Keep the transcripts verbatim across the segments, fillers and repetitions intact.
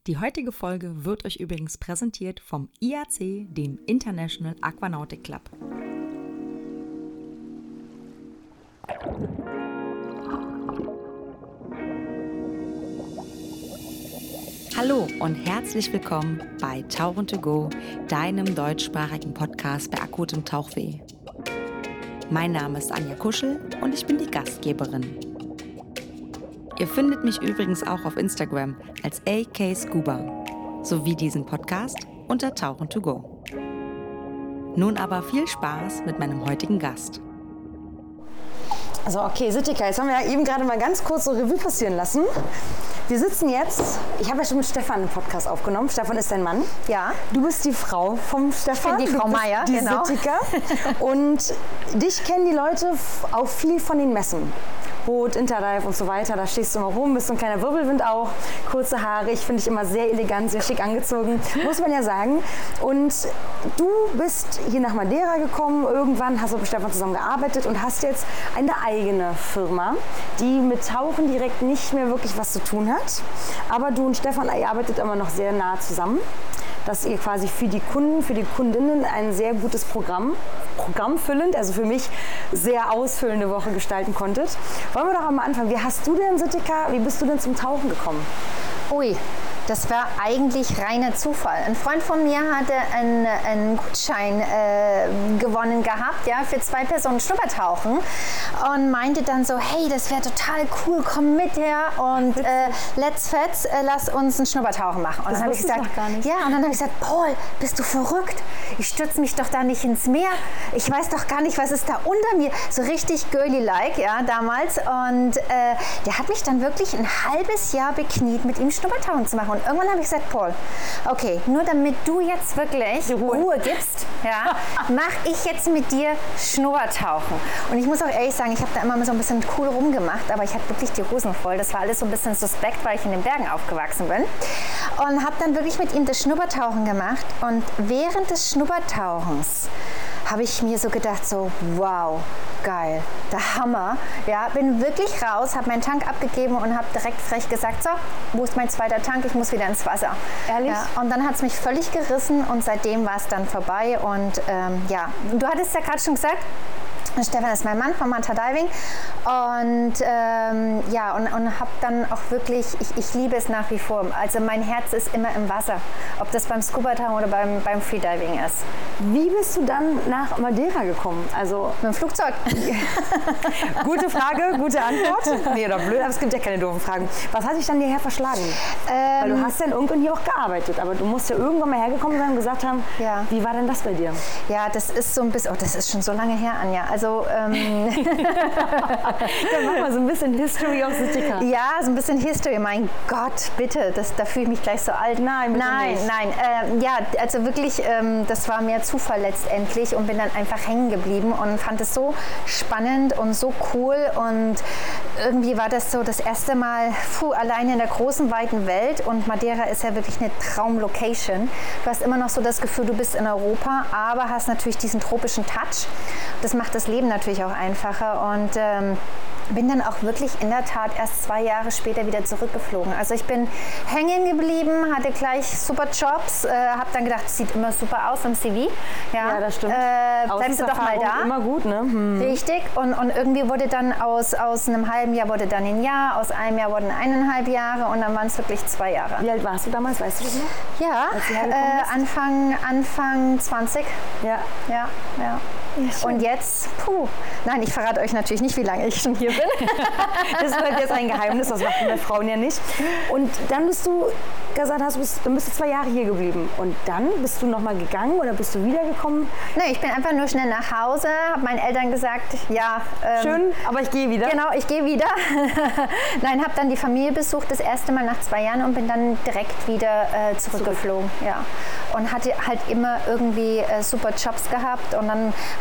Die heutige Folge wird euch übrigens präsentiert vom I A C, dem International Aquanautic Club. Hallo und herzlich willkommen bei Tauchen to go, deinem deutschsprachigen Podcast bei akutem Tauchweh. Mein Name ist Anja Kuschel und ich bin die Gastgeberin. Ihr findet mich übrigens auch auf Instagram als A K Scuba sowie diesen Podcast unter Tauchen to go. Nun aber viel Spaß mit meinem heutigen Gast. So, okay, Sittika, jetzt haben wir ja eben gerade mal ganz kurz so Revue passieren lassen. Wir sitzen jetzt, ich habe ja schon mit Stefan einen Podcast aufgenommen. Stefan ist dein Mann. Ja. Du bist die Frau vom Stefan. Ich bin die Frau Meier, die genau. Sittika. Und dich kennen die Leute auch viel von den Messen. Boot, Interdive und so weiter, da stehst du immer rum, bist so ein kleiner Wirbelwind auch, kurze Haare, ich finde dich immer sehr elegant, sehr schick angezogen, muss man ja sagen. Und du bist hier nach Madeira gekommen, irgendwann hast du mit Stefan zusammen gearbeitet und hast jetzt eine eigene Firma, die mit Tauchen direkt nicht mehr wirklich was zu tun hat. Aber du und Stefan, ihr arbeitet immer noch sehr nah zusammen, dass ihr quasi für die Kunden, für die Kundinnen ein sehr gutes Programm, programmfüllend, also für mich sehr ausfüllende Woche gestalten konntet. Wollen wir doch am Anfang, wie hast du denn, Sittika, wie bist du denn zum Tauchen gekommen? Ui, das war eigentlich reiner Zufall. Ein Freund von mir hatte einen, einen Gutschein äh, gewonnen gehabt, ja, für zwei Personen Schnuppertauchen und meinte dann so, hey, das wäre total cool, komm mit her und äh, let's fetz, äh, lass uns ein Schnuppertauchen machen. Und das dann habe ich gesagt, noch gar nicht. ja, und dann habe ich gesagt, Paul, bist du verrückt? Ich stürze mich doch da nicht ins Meer. Ich weiß doch gar nicht, was ist da unter mir. So richtig girly-like, ja, damals. Und äh, der hat mich dann wirklich ein halbes Jahr bekniet, mit ihm Schnuppertauchen zu machen. Und irgendwann habe ich gesagt, Paul, okay, nur damit du jetzt wirklich Ruhe, Ruhe gibst, ja, mache ich jetzt mit dir Schnuppertauchen. Und ich muss auch ehrlich sagen, ich habe da immer so ein bisschen cool rumgemacht, aber ich hatte wirklich die Hosen voll. Das war alles so ein bisschen suspekt, weil ich in den Bergen aufgewachsen bin. Und habe dann wirklich mit ihm das Schnuppertauchen gemacht. Und während des Schnuppertauchens habe ich mir so gedacht, so wow, geil, der Hammer. Ja, bin wirklich raus, habe meinen Tank abgegeben und habe direkt frech gesagt, so, wo ist mein zweiter Tank? Ich muss wieder ins Wasser. Ehrlich? Ja, und dann hat es mich völlig gerissen und seitdem war es dann vorbei. Und ähm, ja, du hattest ja gerade schon gesagt, Stefan ist mein Mann vom Manta Diving und ähm, ja und, und habe dann auch wirklich, ich, ich liebe es nach wie vor, also mein Herz ist immer im Wasser, ob das beim Scuba-Tauchen oder beim, beim Freediving ist. Wie bist du dann nach Madeira gekommen? Also mit dem Flugzeug. Gute Frage, gute Antwort. Nee, oder blöd, aber es gibt ja keine doofen Fragen. Was hat dich dann hierher verschlagen? Ähm, Weil du hast ja irgendwann hier auch gearbeitet, aber du musst ja irgendwann mal hergekommen sein und gesagt haben, ja. Wie war denn das bei dir? Ja, das ist so ein bisschen, oh, das ist schon so lange her, Anja. Also ähm dann mach mal so ein bisschen History of Sittika. Ja, so ein bisschen History. Mein Gott, bitte, das, da fühle ich mich gleich so alt. Nein, bitte nein, nicht. nein. Äh, ja, also wirklich, ähm, das war mehr Zufall letztendlich und bin dann einfach hängen geblieben und fand es so spannend und so cool und irgendwie war das so das erste Mal puh, allein in der großen, weiten Welt und Madeira ist ja wirklich eine Traumlocation. Du hast immer noch so das Gefühl, du bist in Europa, aber hast natürlich diesen tropischen Touch. Das macht das Leben natürlich auch einfacher und ähm, bin dann auch wirklich in der Tat erst zwei Jahre später wieder zurückgeflogen. Also ich bin hängen geblieben, hatte gleich super Jobs, äh, habe dann gedacht, es sieht immer super aus im C V. Ja, ja das stimmt. Äh, bleibst du doch mal da. Immer gut, ne? Hm. Richtig. Und, und irgendwie wurde dann aus, aus einem halben Jahr wurde dann ein Jahr, aus einem Jahr wurden eineinhalb Jahre und dann waren es wirklich zwei Jahre. Wie alt warst du damals, weißt du das noch? Ja, äh, Anfang, Anfang zwanzig. Ja. Ja, ja. Ja, und jetzt, puh, nein, ich verrate euch natürlich nicht, wie lange ich schon hier bin. Das ist halt jetzt ein Geheimnis, das machen wir Frauen ja nicht. Und dann bist du gesagt, hast, bist, dann bist du zwei Jahre hier geblieben. Und dann bist du nochmal gegangen oder bist du wiedergekommen? Nee, ich bin einfach nur schnell nach Hause, habe meinen Eltern gesagt, ja. Ähm, Schön, aber ich gehe wieder. Genau, ich gehe wieder. Nein, habe dann die Familie besucht, das erste Mal nach zwei Jahren und bin dann direkt wieder äh, zurückgeflogen. Zurück. Ja. Und hatte halt immer irgendwie äh, super Jobs gehabt und dann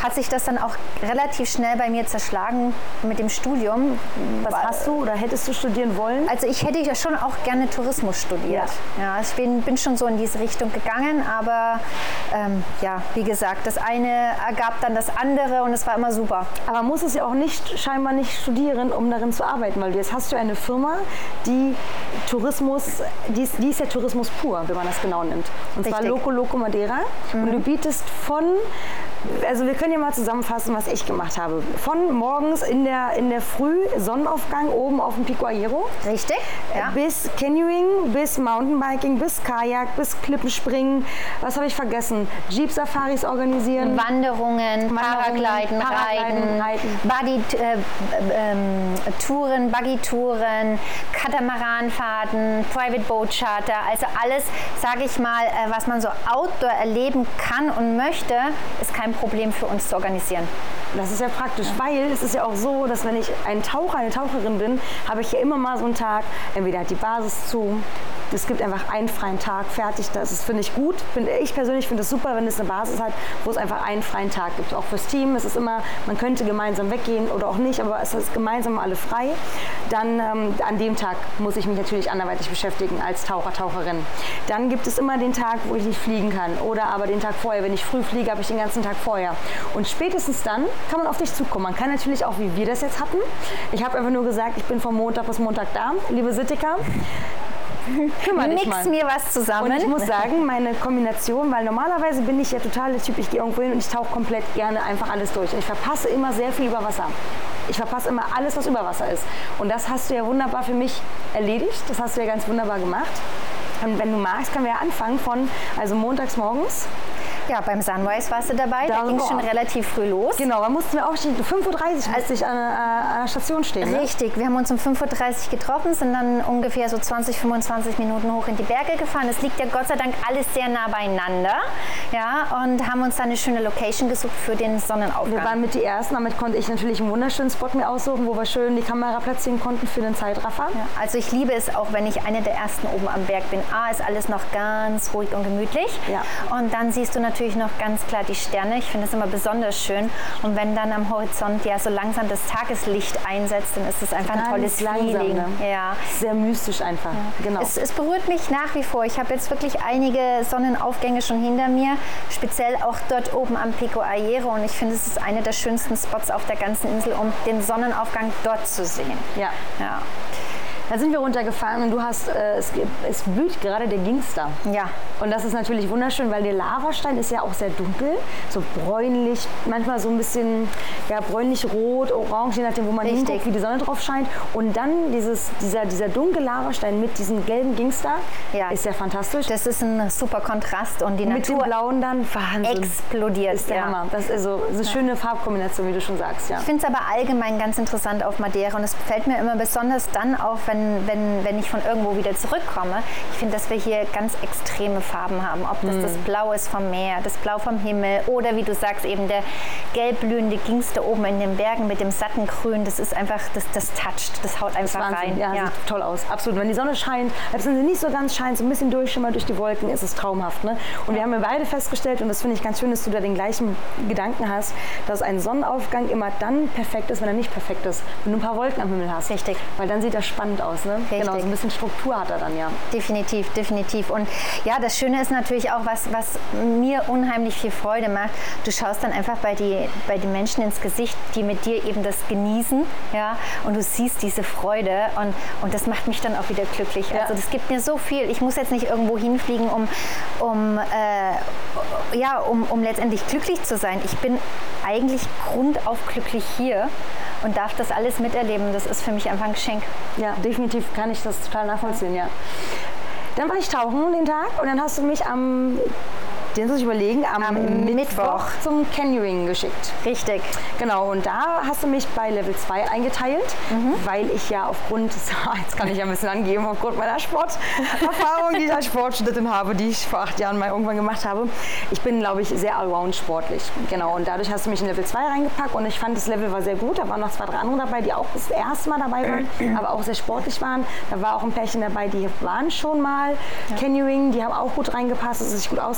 hat sich das dann auch relativ schnell bei mir zerschlagen mit dem Studium. Was hast du oder hättest du studieren wollen? Also ich hätte ja schon auch gerne Tourismus studiert. Ja. Ja, ich bin, bin schon so in diese Richtung gegangen, aber ähm, ja, wie gesagt, das eine ergab dann das andere und es war immer super. Aber man muss es ja auch nicht, scheinbar nicht studieren, um darin zu arbeiten, weil jetzt hast du eine Firma, die Tourismus, die ist, die ist ja Tourismus pur, wenn man das genau nimmt. Und Richtig. zwar Loco Loco Madeira. Mhm. Und du bietest von, also wir können ja mal zusammenfassen, was ich gemacht habe. Von morgens in der, in der Früh, Sonnenaufgang oben auf dem Pico Ayero. Richtig. Ja. Bis Canoeing, bis Mountainbiking, bis Kajak, bis Klippenspringen. Was habe ich vergessen? Jeep-Safaris organisieren. Wanderungen, Wanderungen Paragliden, Reiten, Reiten. Buddy, äh, äh, Touren, Buggy-Touren, Katamaranfahrten, Private Boat Charter. Also alles, sage ich mal, äh, was man so outdoor erleben kann und möchte, ist kein Problem für uns zu organisieren. Das ist ja praktisch, ja. weil es ist ja auch so, dass wenn ich ein Taucher, eine Taucherin bin, habe ich ja immer mal so einen Tag, entweder hat die Basis zu, es gibt einfach einen freien Tag, fertig, das finde ich gut. Find, ich persönlich finde es super, wenn es eine Basis hat, wo es einfach einen freien Tag gibt. Auch fürs Team, es ist immer, man könnte gemeinsam weggehen oder auch nicht, aber es ist gemeinsam alle frei. Dann ähm, an dem Tag muss ich mich natürlich anderweitig beschäftigen als Taucher, Taucherin. Dann gibt es immer den Tag, wo ich nicht fliegen kann oder aber den Tag vorher. Wenn ich früh fliege, habe ich den ganzen Tag vorher. Und spätestens dann kann man auf dich zukommen. Man kann natürlich auch, wie wir das jetzt hatten. Ich habe einfach nur gesagt, ich bin von Montag bis Montag da. Liebe Sittika, kümmere dich mal. Mix mir was zusammen. Und ich muss sagen, meine Kombination, weil normalerweise bin ich ja total der Typ, ich gehe irgendwo hin und ich tauche komplett gerne einfach alles durch. Und ich verpasse immer sehr viel über Wasser. Ich verpasse immer alles, was über Wasser ist. Und das hast du ja wunderbar für mich erledigt. Das hast du ja ganz wunderbar gemacht. Und wenn du magst, können wir ja anfangen von, also montags morgens. Ja, beim Sunrise warst du dabei, da, da ging es schon relativ früh los. Genau, da mussten wir auch stehen, fünf Uhr dreißig musste ich an, an der Station stehen. Richtig, ne? Wir haben uns um fünf Uhr dreißig getroffen, sind dann ungefähr so zwanzig, fünfundzwanzig Minuten hoch in die Berge gefahren. Es liegt ja Gott sei Dank alles sehr nah beieinander, ja, und haben uns dann eine schöne Location gesucht für den Sonnenaufgang. Wir waren mit die Ersten, damit konnte ich natürlich einen wunderschönen Spot mir aussuchen, wo wir schön die Kamera platzieren konnten für den Zeitraffer. Ja, also ich liebe es auch, wenn ich eine der Ersten oben am Berg bin. A, ist alles noch ganz ruhig und gemütlich, ja. Und dann siehst du natürlich noch ganz klar die Sterne. Ich finde es immer besonders schön. Und wenn dann am Horizont ja so langsam das Tageslicht einsetzt, dann ist es einfach ein tolles langsam, Feeling. Ne? Ja. Sehr mystisch einfach. Ja. Genau. Es, es berührt mich nach wie vor. Ich habe jetzt wirklich einige Sonnenaufgänge schon hinter mir, speziell auch dort oben am Pico Ayero. Und ich finde, es ist einer der schönsten Spots auf der ganzen Insel, um den Sonnenaufgang dort zu sehen. Ja. Ja. Da sind wir runtergefahren und du hast, äh, es, es blüht gerade der Gingster. Ja. Und das ist natürlich wunderschön, weil der Lavastein ist ja auch sehr dunkel, so bräunlich, manchmal so ein bisschen ja, bräunlich-rot, orange, je nachdem, wo man Richtig. hinguckt, wie die Sonne drauf scheint. Und dann dieses, dieser, dieser dunkle Lavastein mit diesem gelben Gingster, ja. ist ja fantastisch. Das ist ein super Kontrast und die und Natur mit dem Blauen dann Wahnsinn. explodiert. Ist der ja. Hammer. Das ist also eine ja. schöne Farbkombination, wie du schon sagst. Ja. Ich finde es aber allgemein ganz interessant auf Madeira und es fällt mir immer besonders dann auf, wenn Wenn, wenn ich von irgendwo wieder zurückkomme. Ich finde, dass wir hier ganz extreme Farben haben. Ob das mm. das Blau ist vom Meer, das Blau vom Himmel oder wie du sagst, eben der gelb blühende Gingster oben in den Bergen mit dem satten Grün. Das ist einfach, das, das toucht, das haut einfach das rein. Ja, ja, sieht toll aus. Absolut. Wenn die Sonne scheint, selbst wenn sie nicht so ganz scheint, so ein bisschen durchschimmert durch die Wolken, ist es traumhaft. Ne? Und ja. wir haben ja beide festgestellt, und das finde ich ganz schön, dass du da den gleichen Gedanken hast, dass ein Sonnenaufgang immer dann perfekt ist, wenn er nicht perfekt ist. Wenn du ein paar Wolken am Himmel hast. Richtig. Weil dann sieht er spannend aus. Ne? Richtig. Genau, so ein bisschen Struktur hat er dann, ja. Definitiv, definitiv. Und ja, das Schöne ist natürlich auch, was, was mir unheimlich viel Freude macht. Du schaust dann einfach bei die, bei den Menschen ins Gesicht, die mit dir eben das genießen, ja, und du siehst diese Freude und, und das macht mich dann auch wieder glücklich. Ja. Also das gibt mir so viel. Ich muss jetzt nicht irgendwo hinfliegen, um, um, äh, ja, um, um letztendlich glücklich zu sein. Ich bin eigentlich grundauf glücklich hier und darf das alles miterleben. Das ist für mich einfach ein Geschenk. Ja, definitiv kann ich das total nachvollziehen, ja. Dann war ich tauchen den Tag und dann hast du mich am, den muss ich überlegen, am, am Mittwoch, Mittwoch zum Canoeing geschickt. Richtig. Genau, und da hast du mich bei Level zwei eingeteilt, mhm. weil ich ja aufgrund, jetzt kann ich ja ein bisschen angeben, aufgrund meiner Sporterfahrung, die ich als Sportstudentin habe, die ich vor acht Jahren mal irgendwann gemacht habe. Ich bin, glaube ich, sehr allround sportlich. Genau, und dadurch hast du mich in Level zwei reingepackt und ich fand, das Level war sehr gut. Da waren noch zwei, drei andere dabei, die auch das erste Mal dabei waren, aber auch sehr sportlich waren. Da war auch ein Pärchen dabei, die waren schon mal ja. Canoeing, die haben auch gut reingepasst, es ist sich gut ausgegangen. Die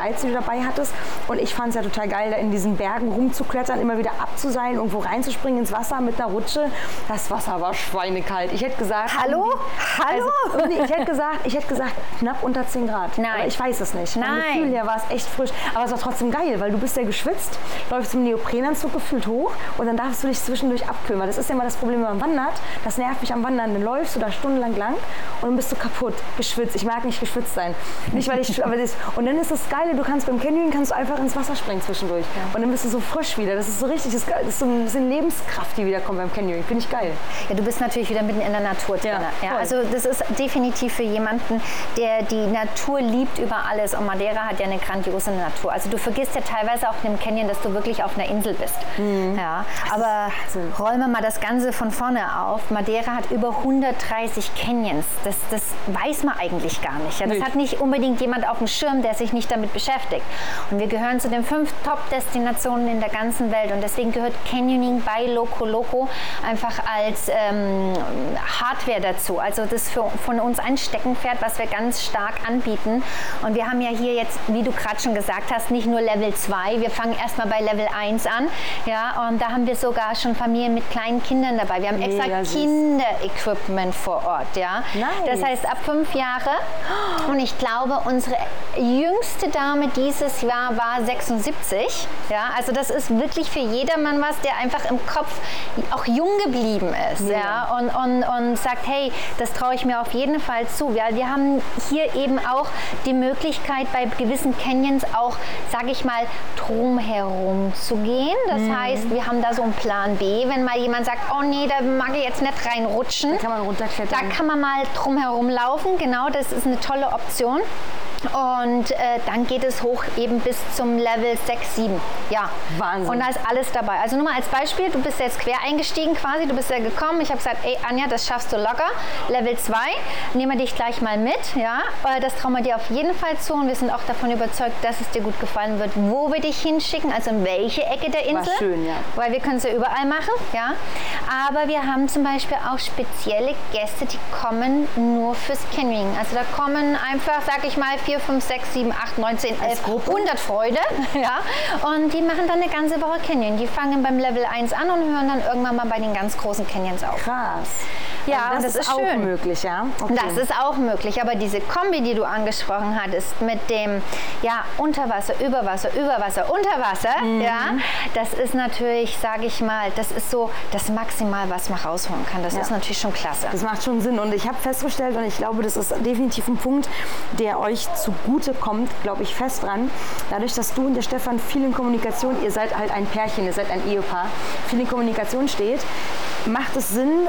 Guides, die du dabei hattest. Und ich fand es ja total geil, da in diesen Bergen rumzuklettern, immer wieder abzuseilen, irgendwo reinzuspringen ins Wasser mit einer Rutsche. Das Wasser war schweinekalt. Ich hätte gesagt... Hallo? Hallo? Also, ich, hätte gesagt, ich hätte gesagt, knapp unter zehn Grad. Nein. Aber ich weiß es nicht. Nein. Vom Gefühl her war es echt frisch. Aber es war trotzdem geil, weil du bist ja geschwitzt, läufst im Neoprenanzug gefühlt hoch und dann darfst du dich zwischendurch abkühlen. Weil das ist ja immer das Problem, wenn man wandert. Das nervt mich am Wandern. Dann läufst du da stundenlang lang und dann bist du kaputt, geschwitzt. Ich mag nicht geschwitzt sein. Nicht, weil ich... aber das, und dann ist das Geile, du kannst beim Canyoning kannst du einfach ins Wasser springen zwischendurch. Ja. Und dann bist du so frisch wieder. Das ist so richtig, das ist so ein bisschen Lebenskraft, die wiederkommt beim Canyoning. Finde ich geil. Ja, du bist natürlich wieder mitten in der Natur drin. Ja, ja, also das ist definitiv für jemanden, der die Natur liebt über alles. Und Madeira hat ja eine grandiose Natur. Also du vergisst ja teilweise auch in dem Canyon, dass du wirklich auf einer Insel bist. Mhm. Ja, aber rollen wir mal das Ganze von vorne auf. Madeira hat über hundertdreißig Canyons. Das, das weiß man eigentlich gar nicht. Ja, das nicht. Hat nicht unbedingt jemand auf dem Schirm, der sich nicht damit beschäftigt. Und wir gehören zu den fünf Top-Destinationen in der ganzen Welt. Und deswegen gehört Canyoning bei Loco Loco einfach als ähm, Hardware dazu. Also das ist für, von uns ein Steckenpferd, was wir ganz stark anbieten. Und wir haben ja hier jetzt, wie du gerade schon gesagt hast, nicht nur Level zwei. Wir fangen erstmal bei Level eins an. Ja, und da haben wir sogar schon Familien mit kleinen Kindern dabei. Wir haben extra Mega Kinderequipment vor Ort. Ja? Nice. Das heißt, ab fünf Jahre. Und ich glaube, unsere jüngste Dame dieses Jahr war sechsundsiebzig. Ja, also das ist wirklich für jedermann was, der einfach im Kopf auch jung geblieben ist. Ja. Ja, und, und, und sagt, hey, das traue ich mir auf jeden Fall zu. Ja, wir haben hier eben auch die Möglichkeit, bei gewissen Canyons auch, sage ich mal, drumherum zu gehen. Das mhm. heißt, wir haben da so einen Plan B, wenn mal jemand sagt, oh nee, da mag ich jetzt nicht reinrutschen. Da kann man runterklettern. Da kann man mal drumherum laufen. Genau, das ist eine tolle Option. Und äh, dann geht es hoch eben bis zum Level sechs, sieben. Ja, Wahnsinn. Und da ist alles dabei. Also nur mal als Beispiel, du bist jetzt quer eingestiegen quasi, du bist ja gekommen. Ich habe gesagt, ey Anja, das schaffst du locker. Level zwei, nehmen wir dich gleich mal mit. Ja, das trauen wir dir auf jeden Fall zu und wir sind auch davon überzeugt, dass es dir gut gefallen wird, wo wir dich hinschicken, also in welche Ecke der Insel. War schön, ja. Weil wir können es ja überall machen. Ja. Aber wir haben zum Beispiel auch spezielle Gäste, die kommen nur fürs Canyoning. Also da kommen einfach, sag ich mal, vier, fünf, sechs, sieben, acht, neun, zehn, elf, hundert Freude. Ja. Und die machen dann eine ganze Woche Canyon. Die fangen beim Level eins an und hören dann irgendwann mal bei den ganz großen Canyons auf. Krass. Ja, also das, das ist, ist auch schön. möglich, ja? Okay. Das ist auch möglich, aber diese Kombi, die du angesprochen hattest, mit dem ja, Unterwasser, Überwasser, Überwasser, Unterwasser, mhm. ja, das ist natürlich, sage ich mal, das ist so das Maximal, was man rausholen kann. Das ja. ist natürlich schon klasse. Das macht schon Sinn und ich habe festgestellt und ich glaube, das ist definitiv ein Punkt, der euch zugute kommt, glaube ich fest dran. Dadurch, dass du und der Stefan viel in Kommunikation, ihr seid halt ein Pärchen, ihr seid ein Ehepaar, viel in Kommunikation steht, macht es Sinn,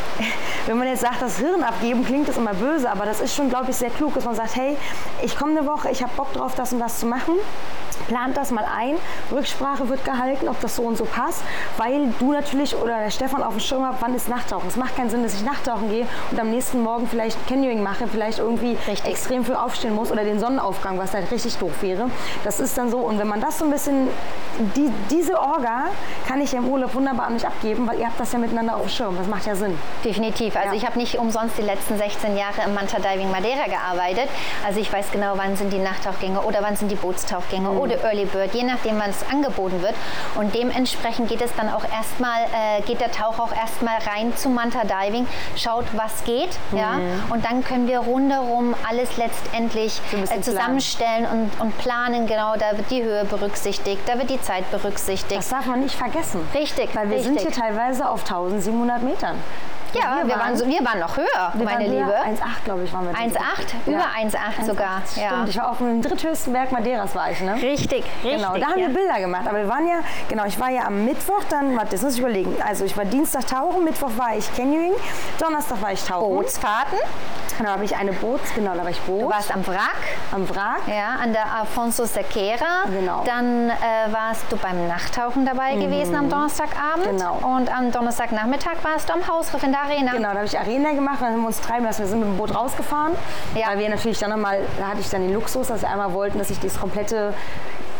wenn man jetzt sagt, das Hirn abgeben, klingt das immer böse, aber das ist schon, glaube ich, sehr klug, dass man sagt, hey, ich komme eine Woche, ich habe Bock drauf, das und das zu machen. Plant das mal ein, Rücksprache wird gehalten, ob das so und so passt, weil du natürlich oder der Stefan auf dem Schirm habt, wann ist Nachttauchen. Es macht keinen Sinn, dass ich Nachttauchen gehe und am nächsten Morgen vielleicht Canyoning mache, vielleicht irgendwie richtig. extrem früh aufstehen muss oder den Sonnenaufgang, was halt richtig doof wäre. Das ist dann so und wenn man das so ein bisschen, die, diese Orga kann ich ja im Urlaub wunderbar an mich abgeben, weil ihr habt das ja miteinander auf dem Schirm, das macht ja Sinn. Definitiv, also ja. ich habe nicht umsonst die letzten sechzehn Jahre im Manta Diving Madeira gearbeitet, also ich weiß genau, wann sind die Nachttauchgänge oder wann sind die Bootstauchgänge mhm. oder Early Bird, je nachdem, wann es angeboten wird. Und dementsprechend geht es dann auch erstmal, äh, geht der Taucher auch erstmal rein zu Manta Diving, schaut, was geht, mhm. ja, und dann können wir rundherum alles letztendlich so äh, zusammenstellen und, und planen, genau, da wird die Höhe berücksichtigt, da wird die Zeit berücksichtigt. Das darf man nicht vergessen. Richtig, weil wir richtig. sind hier teilweise auf tausendsiebenhundert Metern. Ja, wir, wir, waren, waren, wir waren noch höher, wir meine waren Liebe. eins Komma acht, glaube ich, waren wir. eins Komma acht? Ja. Über eins Komma acht sogar. Stimmt, ja. ich war auf dem dritthöchsten Berg Madeiras, war ich, ne? Richtig, genau, richtig. Da haben ja. wir Bilder gemacht, aber wir waren ja, genau, ich war ja am Mittwoch, dann, warte, das muss ich überlegen, also ich war Dienstag tauchen, Mittwoch war ich Canyoning, Donnerstag war ich tauchen. Bootsfahrten. Genau, habe ich eine Boots, genau, da war ich Boot. Du warst am Wrack. Am Wrack. Ja, an der Afonso Sequeira. Genau. Dann äh, warst du beim Nachttauchen dabei mhm. gewesen am Donnerstagabend. Genau. Und am Donnerstagnachmittag warst du am Hausriff in der Arena. Genau, da habe ich Arena gemacht, dann haben wir uns treiben lassen. Wir sind mit dem Boot rausgefahren, ja. weil wir natürlich dann nochmal, da hatte ich dann den Luxus, dass wir einmal wollten, dass ich das komplette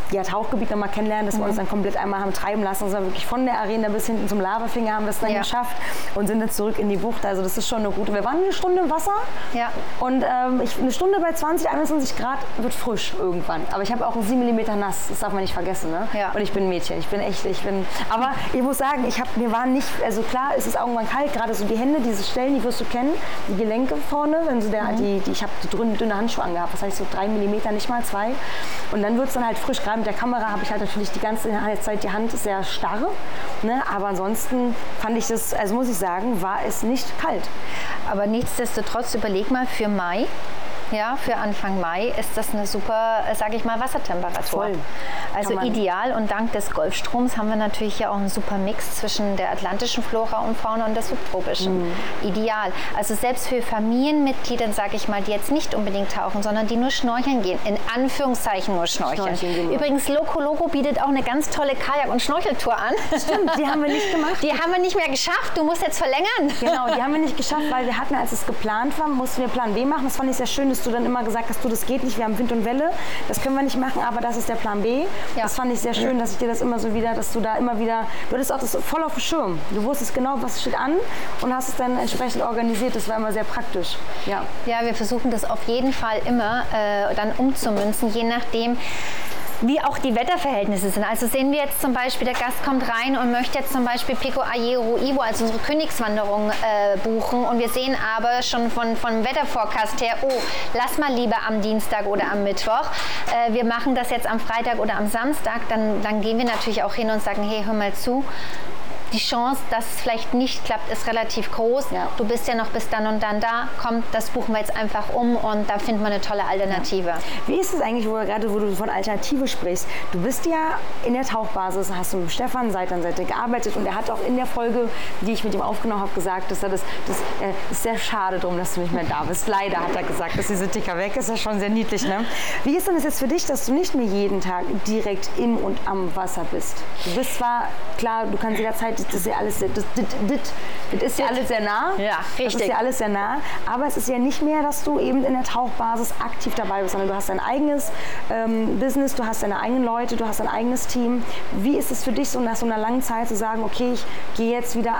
ja, Tauchgebiet nochmal kennenlernen, dass mhm. wir uns dann komplett einmal haben treiben lassen. Also wirklich von der Arena bis hinten zum Lavafinger haben wir es dann ja. geschafft und sind dann zurück in die Bucht. Also das ist schon eine gute. Wir waren eine Stunde im Wasser ja. und ähm, ich, eine Stunde bei zwanzig, einundzwanzig Grad wird frisch irgendwann. Aber ich habe auch sieben Millimeter nass, das darf man nicht vergessen. Ne? Ja. Und ich bin ein Mädchen, ich bin echt, ich bin. Aber ich muss sagen, ich hab, mir war nicht, also klar, es ist irgendwann kalt, gerade so die Hände, diese Stellen, die wirst du kennen, die Gelenke vorne, wenn so der, mhm. die, die, ich habe die dünne, dünne Handschuhe angehabt, das heißt so drei Millimeter, nicht mal zwei. Und dann wird es dann halt frisch, gerade mit der Kamera habe ich halt natürlich die ganze Zeit, die Hand sehr starr. Ne? Aber ansonsten fand ich das, also muss ich sagen, war es nicht kalt. Aber nichtsdestotrotz, überleg mal für Mai. Ja, für Anfang Mai ist das eine super, sage ich mal, Wassertemperatur. Voll. Also ideal, und dank des Golfstroms haben wir natürlich ja auch einen super Mix zwischen der atlantischen Flora und Fauna und der subtropischen. Mhm. Ideal. Also selbst für Familienmitglieder, sage ich mal, die jetzt nicht unbedingt tauchen, sondern die nur schnorcheln gehen, in Anführungszeichen nur schnorcheln. schnorcheln Übrigens, Loco Loco bietet auch eine ganz tolle Kajak- und Schnorcheltour an. Stimmt, die haben wir nicht gemacht. Die haben wir nicht mehr geschafft, du musst jetzt verlängern. Genau, die haben wir nicht geschafft, weil wir hatten, als es geplant war, mussten wir Plan B machen. Das fand ich sehr schön, dass du dann immer gesagt hast, du, das geht nicht, wir haben Wind und Welle, das können wir nicht machen, aber das ist der Plan B. Ja. Das fand ich sehr schön, dass ich dir das immer so wieder, dass du da immer wieder, du hattest auch das voll auf dem Schirm. Du wusstest genau, was steht an und hast es dann entsprechend organisiert. Das war immer sehr praktisch. Ja, ja, wir versuchen das auf jeden Fall immer äh, dann umzumünzen, je nachdem, wie auch die Wetterverhältnisse sind. Also sehen wir jetzt zum Beispiel, der Gast kommt rein und möchte jetzt zum Beispiel Pico Ayero Ivo, also unsere Königswanderung, äh, buchen, und wir sehen aber schon von, vom Wetterforecast her, oh, lass mal lieber am Dienstag oder am Mittwoch. Äh, wir machen das jetzt am Freitag oder am Samstag, dann, dann gehen wir natürlich auch hin und sagen, hey, hör mal zu. Die Chance, dass es vielleicht nicht klappt, ist relativ groß. Ja. Du bist ja noch bis dann und dann da. Komm, das buchen wir jetzt einfach um, und da finden wir eine tolle Alternative. Ja. Wie ist es eigentlich, wo du, gerade wo du von Alternative sprichst? Du bist ja in der Tauchbasis, hast du mit Stefan Seite an Seite gearbeitet, und er hat auch in der Folge, die ich mit ihm aufgenommen habe, gesagt, dass er das, das äh, ist sehr schade drum, dass du nicht mehr da bist. Leider hat er gesagt, dass diese Ticker weg ist. Das ist ja schon sehr niedlich, ne? Wie ist denn das jetzt für dich, dass du nicht mehr jeden Tag direkt im und am Wasser bist? Du bist zwar, klar, du kannst jederzeit, das ist ja alles, das, das, das, das ist ja alles sehr nah. Ja, richtig. Das ist ja alles sehr nah. Aber es ist ja nicht mehr, dass du eben in der Tauchbasis aktiv dabei bist, sondern du hast dein eigenes ähm, Business, du hast deine eigenen Leute, du hast dein eigenes Team. Wie ist es für dich, so nach so einer langen Zeit zu sagen, okay, ich gehe jetzt wieder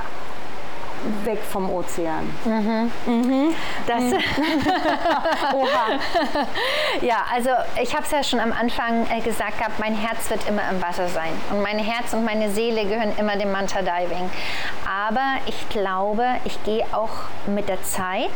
weg vom Ozean? Mhm. Mhm. Das mhm. Oha. Ja, also ich habe es ja schon am Anfang äh, gesagt gehabt, mein Herz wird immer im Wasser sein. Und mein Herz und meine Seele gehören immer dem Manta Diving. Aber ich glaube, ich gehe auch mit der Zeit,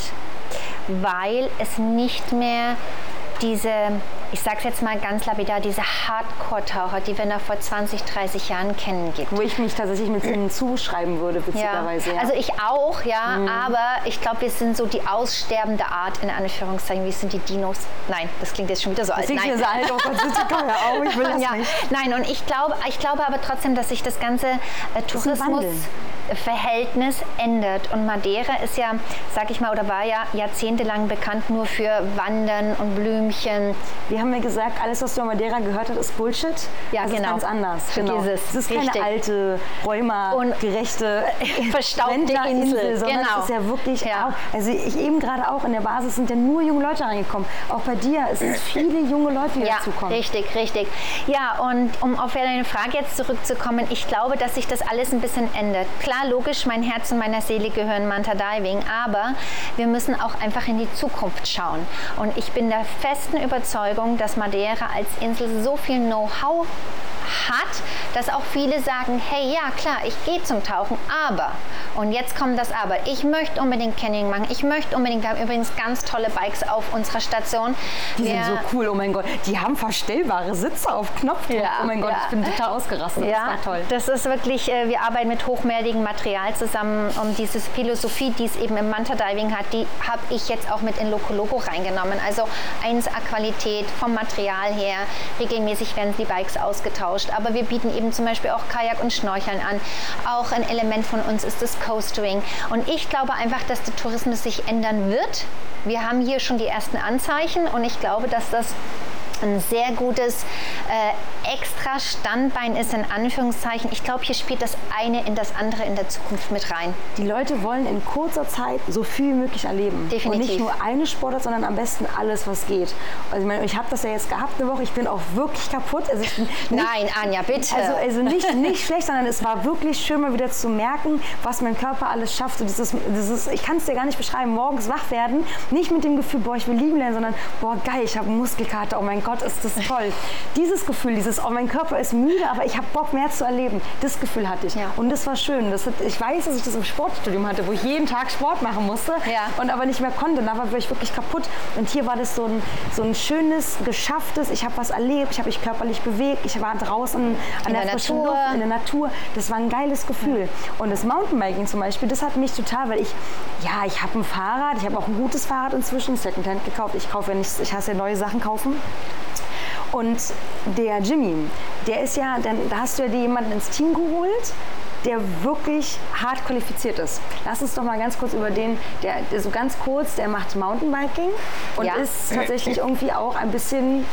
weil es nicht mehr diese, ich sag's jetzt mal ganz lapidar, diese Hardcore-Taucher, die wir noch vor zwanzig, dreißig Jahren kennen, gibt. Wo ich mich tatsächlich mit ihnen zuschreiben würde, witzigerweise. Ja. Ja. Also ich auch, ja, mhm. aber ich glaube, wir sind so die aussterbende Art, in Anführungszeichen. Wie sind die Dinos? Nein, das klingt jetzt schon wieder so alt. Das klingt so alt, oh Gott, sind sie teuer auch, ich will das ja. nicht. Nein, und ich glaube, ich glaube aber trotzdem, dass sich das ganze äh, Tourismus... Verhältnis ändert. Und Madeira ist ja, sag ich mal, oder war ja jahrzehntelang bekannt nur für Wandern und Blümchen. Wir haben ja gesagt, alles, was du an Madeira gehört hast, ist Bullshit. Ja, das genau. ist ganz anders. Genau. Es. Es ist keine Richtig. alte, rheumagerechte, verstaubte Insel, sondern genau. es ist ja wirklich ja. auch, also ich eben gerade auch in der Basis sind ja nur junge Leute reingekommen. Auch bei dir, es sind viele junge Leute, die ja, dazukommen. Richtig, richtig. Ja, und um auf deine Frage jetzt zurückzukommen, ich glaube, dass sich das alles ein bisschen ändert. Klar, logisch, mein Herz und meine Seele gehören Manta Diving, aber wir müssen auch einfach in die Zukunft schauen. Und ich bin der festen Überzeugung, dass Madeira als Insel so viel Know-how hat, dass auch viele sagen, hey, ja klar, ich gehe zum Tauchen, aber, und jetzt kommt das Aber, ich möchte unbedingt Canyoning machen, ich möchte unbedingt, wir haben übrigens ganz tolle Bikes auf unserer Station. Die wir, sind so cool, oh mein Gott, die haben verstellbare Sitze auf Knopfdruck, ja, oh mein Gott, ja. ich bin total ausgerastet, ja, das war toll. Das ist wirklich, wir arbeiten mit hochwertigem Material zusammen, um diese Philosophie, die es eben im Manta Diving hat, die habe ich jetzt auch mit in Loco Loco reingenommen, also eins A Qualität vom Material her, regelmäßig werden die Bikes ausgetauscht. Aber wir bieten eben zum Beispiel auch Kajak und Schnorcheln an. Auch ein Element von uns ist das Coastering. Und ich glaube einfach, dass der Tourismus sich ändern wird. Wir haben hier schon die ersten Anzeichen und ich glaube, dass das ein sehr gutes äh, extra Standbein ist, in Anführungszeichen. Ich glaube, hier spielt das eine in das andere in der Zukunft mit rein. Die Leute wollen in kurzer Zeit so viel wie möglich erleben. Definitiv. Und nicht nur eine Sportart, sondern am besten alles, was geht. Also ich, meine, ich habe das ja jetzt gehabt eine Woche, ich bin auch wirklich kaputt. Also ich bin nicht, Nein, Anja, bitte. Also, also nicht, nicht schlecht, sondern es war wirklich schön, mal wieder zu merken, was mein Körper alles schafft. So dieses, dieses, ich kann es dir gar nicht beschreiben, morgens wach werden, nicht mit dem Gefühl, boah, ich will lieben lernen, sondern boah, geil, ich habe einen Muskelkater, oh mein Gott, ist das toll. Dieses Gefühl, dieses, oh, mein Körper ist müde, aber ich habe Bock, mehr zu erleben, das Gefühl hatte ich. Ja. Und das war schön. Das hat, ich weiß, dass ich das im Sportstudium hatte, wo ich jeden Tag Sport machen musste ja. und aber nicht mehr konnte. Da war ich wirklich kaputt. Und hier war das so ein, so ein schönes, geschafftes, ich habe was erlebt, ich habe mich körperlich bewegt, ich war draußen an in der, der frischen Natur. Luft, in der Natur. Das war ein geiles Gefühl. Ja. Und das Mountainbiking zum Beispiel, das hat mich total, weil ich, ja, ich habe ein Fahrrad, ich habe auch ein gutes Fahrrad inzwischen, Secondhand gekauft. Ich kaufe ja nichts, ich hasse ja neue Sachen kaufen. Und der Jimmy, der ist ja, dann, da hast du ja dir jemanden ins Team geholt, der wirklich hart qualifiziert ist. Lass uns doch mal ganz kurz über den, der, der so ganz kurz, der macht Mountainbiking und ja. ist tatsächlich irgendwie auch ein bisschen...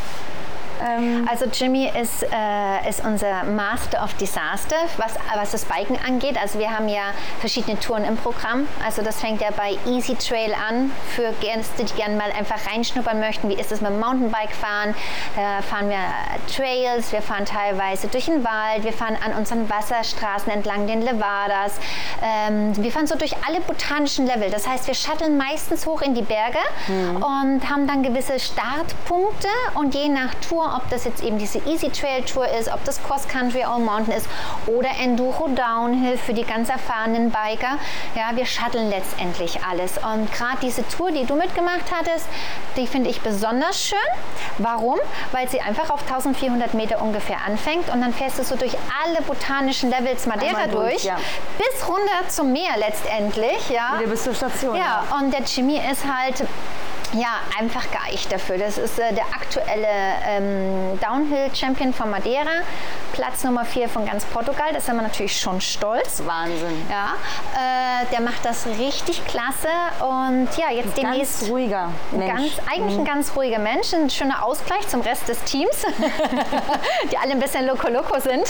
Ähm also Jimmy ist, äh, ist unser Master of Disaster, was, was das Biken angeht. Also wir haben ja verschiedene Touren im Programm. Also das fängt ja bei Easy Trail an, für Gäste, die gerne mal einfach reinschnuppern möchten. Wie ist es mit dem Mountainbike fahren? Da fahren wir Trails, wir fahren teilweise durch den Wald, wir fahren an unseren Wasserstraßen entlang den Levadas. Ähm, wir fahren so durch alle botanischen Level. Das heißt, wir shutteln meistens hoch in die Berge mhm. und haben dann gewisse Startpunkte und je nach Tour, ob das jetzt eben diese Easy Trail Tour ist, ob das Cross Country All Mountain ist oder Enduro Downhill für die ganz erfahrenen Biker. Ja, wir shutteln letztendlich alles. Und gerade diese Tour, die du mitgemacht hattest, die finde ich besonders schön. Warum? Weil sie einfach auf eintausendvierhundert Meter ungefähr anfängt und dann fährst du so durch alle botanischen Levels Madeira durch, durch ja. bis runter zum Meer letztendlich. Ja. Wieder bis zur Station. Ja, ja. Und der Jimmy ist halt ja, einfach geeicht dafür. Das ist äh, der aktuelle ähm, Downhill-Champion von Madeira, Platz Nummer vier von ganz Portugal. Da sind wir natürlich schon stolz. Wahnsinn. Ja, äh, der macht das richtig klasse und ja, jetzt ein demnächst... Ganz ruhiger Mensch. Ganz, eigentlich mhm. ein ganz ruhiger Mensch, ein schöner Ausgleich zum Rest des Teams, die alle ein bisschen loco-loco sind.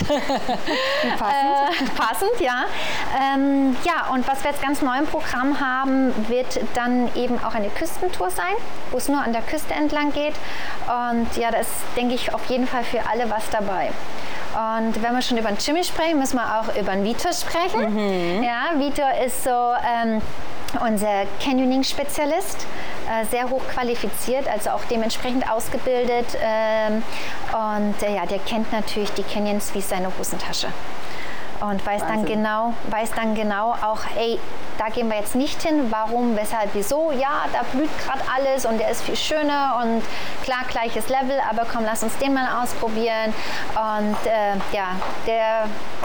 Passend. Äh, passend, ja. Ähm, ja, und was wir jetzt ganz neu im Programm haben, wird dann eben auch eine Küstentour sein, wo es nur an der Küste entlang geht. Und ja, da ist, denke ich, auf jeden Fall für alle was dabei. Und wenn wir schon über den Jimmy sprechen, müssen wir auch über den Vitor sprechen. Mhm. Ja, Vitor ist so ähm, unser Canyoning-Spezialist, äh, sehr hoch qualifiziert, also auch dementsprechend ausgebildet. Ähm, und äh, ja, der kennt natürlich die Canyons wie seine Hosentasche. Und weiß dann, genau, weiß dann genau auch, ey, da gehen wir jetzt nicht hin, warum, weshalb, wieso, ja, da blüht gerade alles und der ist viel schöner und klar, gleiches Level, aber komm, lass uns den mal ausprobieren. Und äh, ja, der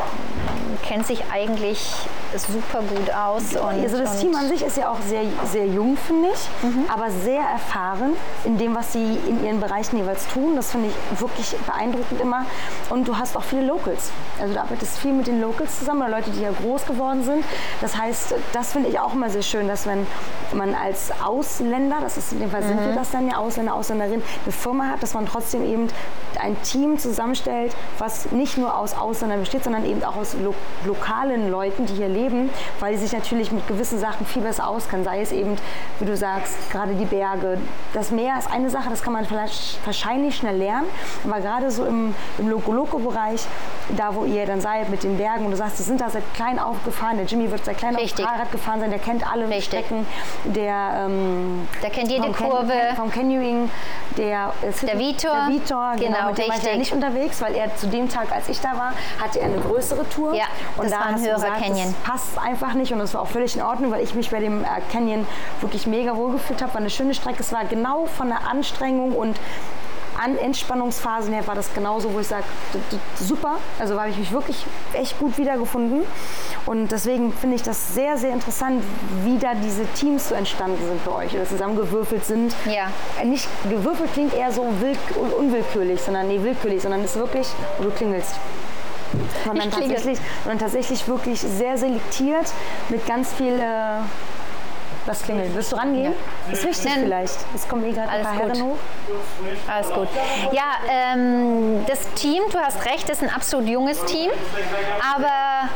kennt sich eigentlich super gut aus. Und, also das Team an sich ist ja auch sehr, sehr jung, finde ich, mhm. aber sehr erfahren in dem, was sie in ihren Bereichen jeweils tun. Das finde ich wirklich beeindruckend immer. Und du hast auch viele Locals. Also du arbeitest viel mit den Locals zusammen, oder Leute, die ja groß geworden sind. Das heißt, das finde ich auch immer sehr schön, dass wenn man als Ausländer, das ist in dem Fall mhm. sind wir das dann ja, Ausländer, Ausländerin, eine Firma hat, dass man trotzdem eben ein Team zusammenstellt, was nicht nur aus Ausländern besteht, sondern eben auch aus lo lokalen Leuten, die hier leben, weil die sich natürlich mit gewissen Sachen viel besser auskennen. Sei es eben, wie du sagst, gerade die Berge. Das Meer ist eine Sache, das kann man vielleicht wahrscheinlich schnell lernen, aber gerade so im, im Loco-Loco-Bereich, da wo ihr dann seid mit den Bergen und du sagst, die sind da seit klein auf gefahren, der Jimmy wird seit klein auf Fahrrad gefahren sein, der kennt alle Richtig. Strecken, der, ähm, der kennt jede Kurve. Can vom Canyoning, der, der Vitor, der Vitor genau, genau, mit dem war ich ja nicht unterwegs, weil er zu dem Tag, als ich da war, hatte er eine größere Tour. Ja, und das da war ein höherer gesagt, Canyon. Das passt einfach nicht und das war auch völlig in Ordnung, weil ich mich bei dem äh, Canyon wirklich mega wohl gefühlt habe. War eine schöne Strecke, es war genau von der Anstrengung und an Entspannungsphasen her war das genauso, wo ich sage, super, also habe ich mich wirklich echt gut wiedergefunden und deswegen finde ich das sehr, sehr interessant, wie da diese Teams so entstanden sind bei euch oder zusammengewürfelt sind. Ja. Nicht gewürfelt klingt eher so wild, unwillkürlich, sondern nee, willkürlich, sondern es ist wirklich, wo du klingelst. Sondern tatsächlich, sondern tatsächlich wirklich sehr selektiert mit ganz viel äh, Das klingelt. Willst du rangehen? Ja. Ist wichtig Nein. vielleicht. Es kommen eh gerade ein paar Herren hoch. Alles gut. Ja, ähm, das Team, du hast recht, ist ein absolut junges Team, aber,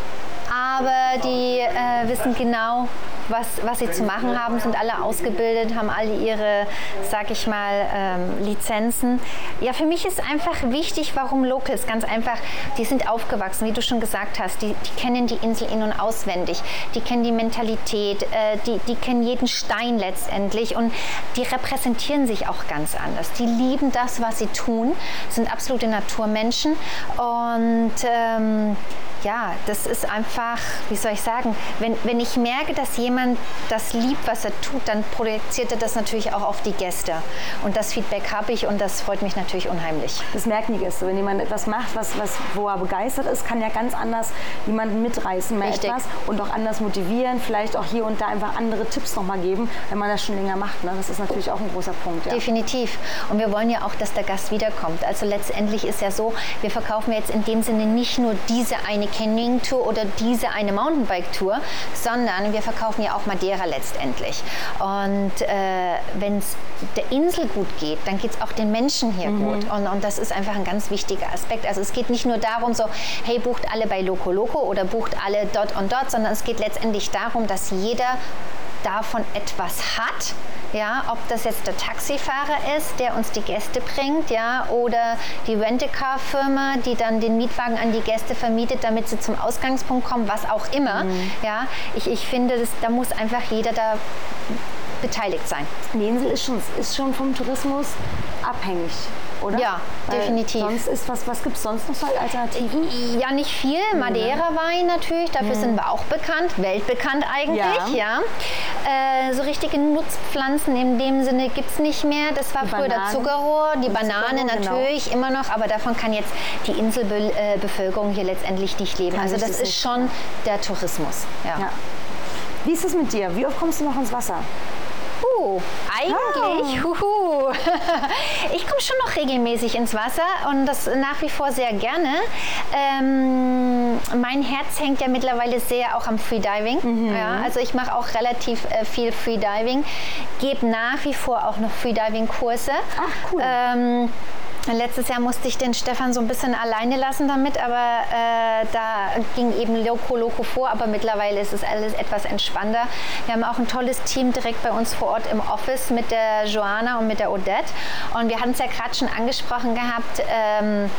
aber die äh, wissen genau, Was, was sie zu machen haben, sind alle ausgebildet, haben alle ihre, sag ich mal, ähm, Lizenzen. Ja, für mich ist einfach wichtig, warum Locals, ganz einfach, die sind aufgewachsen, wie du schon gesagt hast, die, die kennen die Insel in- und auswendig, die kennen die Mentalität, äh, die, die kennen jeden Stein letztendlich und die repräsentieren sich auch ganz anders. Die lieben das, was sie tun, sind absolute Naturmenschen und ähm, ja, das ist einfach, wie soll ich sagen, wenn, wenn ich merke, dass jemand das liebt, was er tut, dann projiziert er das natürlich auch auf die Gäste. Und das Feedback habe ich und das freut mich natürlich unheimlich. Das merken die Gäste. Wenn jemand etwas macht, was, was, wo er begeistert ist, kann ja ganz anders jemanden mitreißen, mehr Richtig. etwas und auch anders motivieren, vielleicht auch hier und da einfach andere Tipps nochmal geben, wenn man das schon länger macht. Ne? Das ist natürlich auch ein großer Punkt. Ja. Definitiv. Und wir wollen ja auch, dass der Gast wiederkommt. Also letztendlich ist ja so, wir verkaufen jetzt in dem Sinne nicht nur diese eine Canyoning-Tour oder diese eine Mountainbike-Tour, sondern wir verkaufen ja auch Madeira letztendlich. Und äh, wenn es der Insel gut geht, dann geht es auch den Menschen hier mhm. gut. Und, und das ist einfach ein ganz wichtiger Aspekt. Also es geht nicht nur darum, so, hey, bucht alle bei Loco Loco oder bucht alle dort und dort, sondern es geht letztendlich darum, dass jeder davon etwas hat. Ja, ob das jetzt der Taxifahrer ist, der uns die Gäste bringt, ja, oder die Rent-A-Car-Firma, die dann den Mietwagen an die Gäste vermietet, damit sie zum Ausgangspunkt kommen, was auch immer. Mhm. Ja, ich, ich finde, das, da muss einfach jeder da beteiligt sein. Die Insel ist schon, ist schon vom Tourismus abhängig, oder? Ja, Weil definitiv. Sonst ist was, was gibt es sonst noch so als Alternativen? Ja, nicht viel. Madeira-Wein natürlich, dafür mhm. sind wir auch bekannt, weltbekannt eigentlich. Ja. Ja. Äh, so richtige Nutzpflanzen in dem Sinne gibt es nicht mehr. Das war die früher Bananen. Der Zuckerrohr, die Banane natürlich genau. immer noch, aber davon kann jetzt die Inselbevölkerung hier letztendlich nicht leben. Kann also das, das ist nicht. Schon der Tourismus. Ja. Ja. Wie ist es mit dir? Wie oft kommst du noch ins Wasser? Uh, eigentlich, oh. huhu. Ich komme schon noch regelmäßig ins Wasser und das nach wie vor sehr gerne. Ähm, mein Herz hängt ja mittlerweile sehr auch am Freediving. Mhm. Ja, also ich mache auch relativ äh, viel Freediving, gebe nach wie vor auch noch Freediving-Kurse. Ach, cool. Ähm, Letztes Jahr musste ich den Stefan so ein bisschen alleine lassen damit, aber äh, da ging eben Loco Loco vor, aber mittlerweile ist es alles etwas entspannter. Wir haben auch ein tolles Team direkt bei uns vor Ort im Office mit der Joanna und mit der Odette und wir hatten es ja gerade schon angesprochen gehabt, ähm,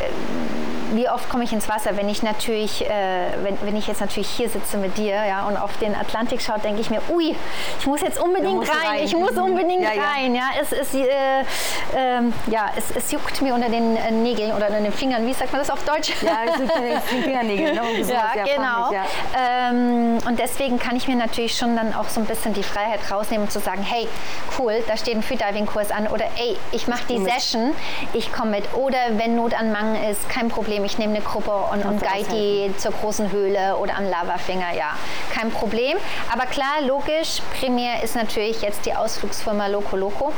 wie oft komme ich ins Wasser, wenn ich natürlich, äh, wenn, wenn ich jetzt natürlich hier sitze mit dir, ja, und auf den Atlantik schaue, denke ich mir, ui, ich muss jetzt unbedingt rein, rein, ich muss unbedingt ja, rein, ja, ja. Es, es, äh, äh, ja, es, es juckt mir unter den äh, Nägeln oder unter den Fingern, wie sagt man das auf Deutsch? Ja, es juckt mir den Fingernägeln, ne? Und ja, ja, genau. Mich, ja. Ähm, und deswegen kann ich mir natürlich schon dann auch so ein bisschen die Freiheit rausnehmen und zu sagen, hey, cool, da steht ein Freediving-Kurs an oder ey, ich mache die Session, ich komme mit oder wenn Not an Mann ist, kein Problem, ich nehme eine Gruppe und, und guide die zur großen Höhle oder am Lavafinger, ja, kein Problem. Aber klar, logisch, primär ist natürlich jetzt die Ausflugsfirma Loco Loco.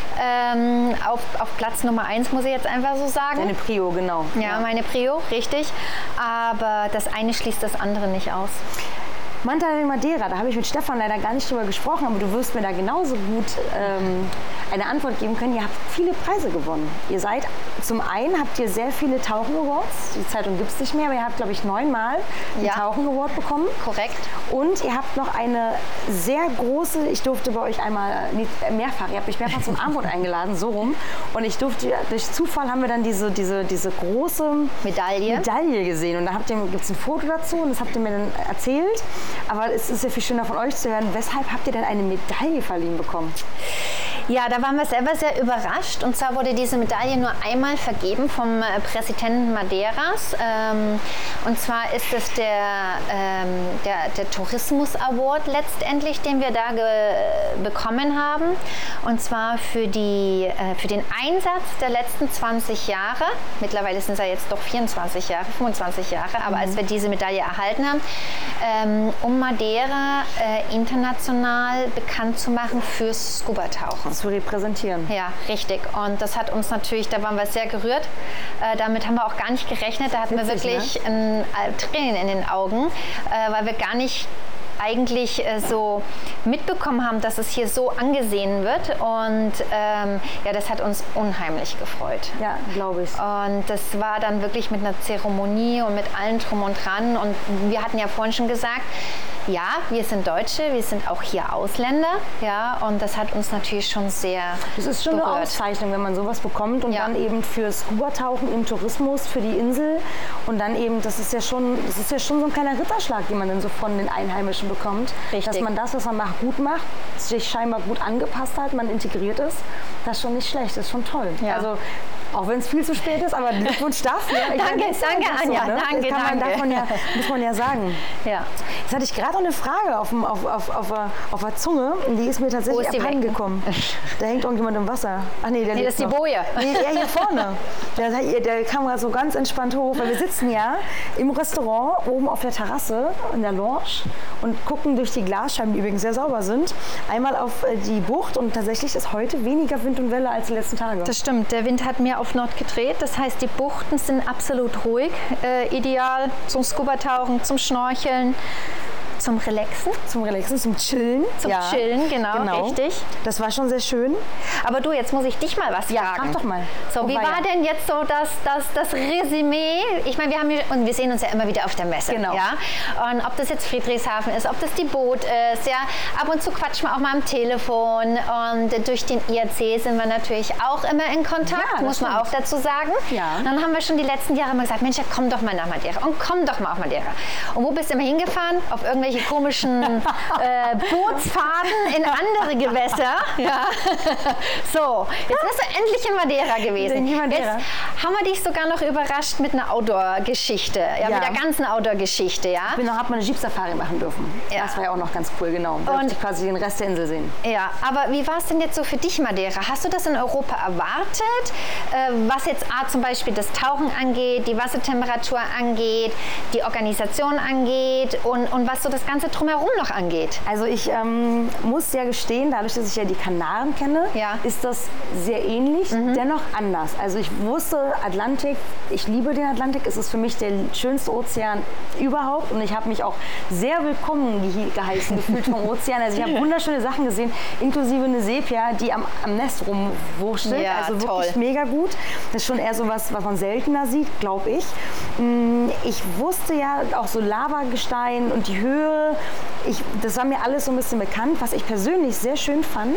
Ähm, auf, auf Platz Nummer eins, muss ich jetzt einfach so sagen. Deine Prio, genau. Ja, ja, meine Prio, richtig. Aber das eine schließt das andere nicht aus. Manta de Madeira, da habe ich mit Stefan leider gar nicht drüber gesprochen, aber du wirst mir da genauso gut ähm, eine Antwort geben können. Ihr habt viele Preise gewonnen. Ihr seid, zum einen habt ihr sehr viele Tauchen-Awards, die Zeitung gibt es nicht mehr, aber ihr habt, glaube ich, neunmal einen ja. Tauchen-Award bekommen. Korrekt. Und ihr habt noch eine sehr große, ich durfte bei euch einmal, nee, mehrfach, ihr habt mich mehrfach zum Armband eingeladen, so rum. Und ich durfte, durch Zufall haben wir dann diese, diese, diese große Medaille. Medaille gesehen. Und da gibt es ein Foto dazu und das habt ihr mir dann erzählt. Aber es ist ja viel schöner von euch zu hören. Weshalb habt ihr denn eine Medaille verliehen bekommen? Ja, da waren wir selber sehr überrascht. Und zwar wurde diese Medaille nur einmal vergeben vom äh, Präsidenten Madeiras. Ähm, und zwar ist es der, ähm, der, der Tourismus Award letztendlich, den wir da bekommen haben. Und zwar für, die, äh, für den Einsatz der letzten zwanzig Jahre. Mittlerweile sind es ja jetzt doch vierundzwanzig Jahre, fünfundzwanzig Jahre. Aber mhm. als wir diese Medaille erhalten haben, ähm, um Madeira äh, international bekannt zu machen fürs Scuba-Tauchen. Zu repräsentieren. Ja, richtig. Und das hat uns natürlich, da waren wir sehr gerührt. Äh, damit haben wir auch gar nicht gerechnet. Da hatten Witzig, wir wirklich ne? ein, äh, Tränen in den Augen, äh, weil wir gar nicht eigentlich äh, so mitbekommen haben, dass es hier so angesehen wird. Und ähm, ja, das hat uns unheimlich gefreut. Ja, glaube ich. Und das war dann wirklich mit einer Zeremonie und mit allem drum und dran. Und wir hatten ja vorhin schon gesagt, ja, wir sind Deutsche, wir sind auch hier Ausländer, ja, und das hat uns natürlich schon sehr Das ist schon berührt. Eine Auszeichnung, wenn man sowas bekommt und Ja. dann eben für Scuba-Tauchen im Tourismus, für die Insel und dann eben, das ist ja schon, das ist ja schon so ein kleiner Ritterschlag, den man dann so von den Einheimischen bekommt, Richtig. dass man das, was man macht, gut macht, sich scheinbar gut angepasst hat, man integriert ist, das ist schon nicht schlecht, das ist schon toll. Ja. Also auch wenn es viel zu spät ist, aber Glückwunsch dafür. Ich Danke, meine, das ist danke, einfach Anja, ne? danke, das kann man danke. Davon ja, muss man ja sagen. Ja. Jetzt hatte ich gerade noch eine Frage auf, dem, auf, auf, auf, der- auf der Zunge, und die ist mir Wo tatsächlich ist die abhanden weg? gekommen. Da hängt irgendjemand im Wasser. Ach nee, der Nee, liegt das ist die noch. Boje. Nee, der hier vorne. Der, der kam gerade so ganz entspannt hoch, weil wir sitzen ja im Restaurant oben auf der Terrasse in der Lounge und gucken durch die Glasscheiben, die übrigens sehr sauber sind, einmal auf äh, die Bucht, und tatsächlich ist heute weniger Wind und Welle als die letzten Tage. Das stimmt, der Wind hat mehr auf Nord gedreht, das heißt, die Buchten sind absolut ruhig, äh, ideal zum Scuba-Tauchen, zum Schnorcheln, zum Relaxen. Zum Relaxen, zum Chillen. Zum Chillen, genau, richtig. Das war schon sehr schön. Aber du, jetzt muss ich dich mal was Ja, fragen. frag doch mal. So, wie Wobei, war ja. denn jetzt so das, das, das Resümee? Ich meine, wir haben hier, und wir sehen uns ja immer wieder auf der Messe. Genau. Ja? Und ob das jetzt Friedrichshafen ist, ob das die Boot ist, ja. Ab und zu quatschen wir auch mal am Telefon. Und durch den I R C sind wir natürlich auch immer in Kontakt, Ja, das muss man stimmt. auch dazu sagen. Ja. Und dann haben wir schon die letzten Jahre immer gesagt, Mensch, ja, komm doch mal nach Madeira und komm doch mal auf Madeira. Und wo bist du immer hingefahren? Auf irgendwelche komischen äh, Bootsfahrten in andere Gewässer. Ja. So, jetzt bist du endlich in Madeira gewesen. In Madeira. Jetzt haben wir dich sogar noch überrascht mit einer Outdoor-Geschichte, ja, Ja. mit der ganzen Outdoor-Geschichte, ja. Ich bin noch, hab mal eine Jeep-Safari machen dürfen. Ja. Das war ja auch noch ganz cool, genau. Da Und- durfte ich quasi den Rest der Insel sehen. Ja, aber wie war es denn jetzt so für dich, Madeira? Hast du das in Europa erwartet, äh, was jetzt A, zum Beispiel das Tauchen angeht, die Wassertemperatur angeht, die Organisation angeht und, und was so das Ganze drumherum noch angeht? Also ich ähm, muss ja gestehen, dadurch, dass ich ja die Kanaren kenne, Ja. ist das sehr ähnlich, dennoch anders. Also ich wusste, Atlantik, ich liebe den Atlantik, es ist für mich der schönste Ozean überhaupt, und ich habe mich auch sehr willkommen ge- geheißen gefühlt vom Ozean. Also ich habe wunderschöne Sachen gesehen, inklusive eine Sepia, die am, am Nest rumwurschtelt. Ja, also wirklich toll. mega gut. Das ist schon eher so was, was man seltener sieht, glaube ich. Mm, Ich wusste ja auch so Lavagestein und die Höhe, ich, das war mir alles so ein bisschen bekannt. Was ich persönlich sehr schön fand,